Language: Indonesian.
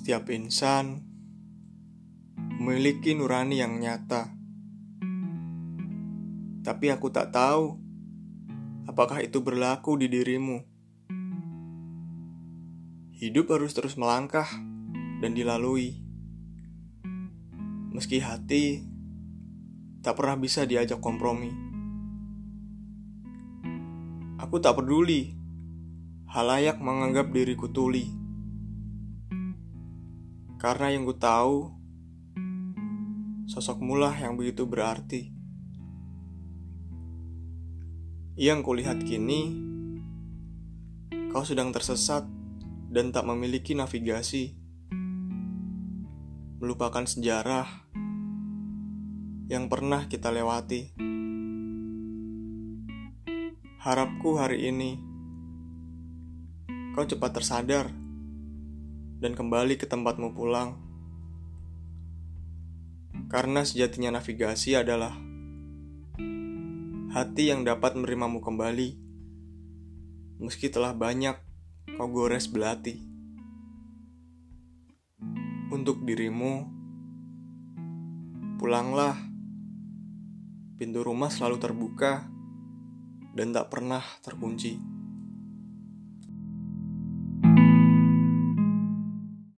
Setiap insan memiliki nurani yang nyata, tapi aku tak tahu apakah itu berlaku di dirimu. Hidup harus terus melangkah dan dilalui, meski hati tak pernah bisa diajak kompromi. Aku tak peduli halayak menganggap diriku tuli, karena yang ku tahu sosokmu lah yang begitu berarti. Yang kulihat kini, kau sedang tersesat dan tak memiliki navigasi, melupakan sejarah yang pernah kita lewati. Harapku hari ini kau cepat tersadar dan kembali ke tempatmu pulang. Karena sejatinya navigasi adalah hati yang dapat menerimamu kembali, meski telah banyak kau gores belati. Untuk dirimu, pulanglah. Pintu rumah selalu terbuka dan tak pernah terkunci.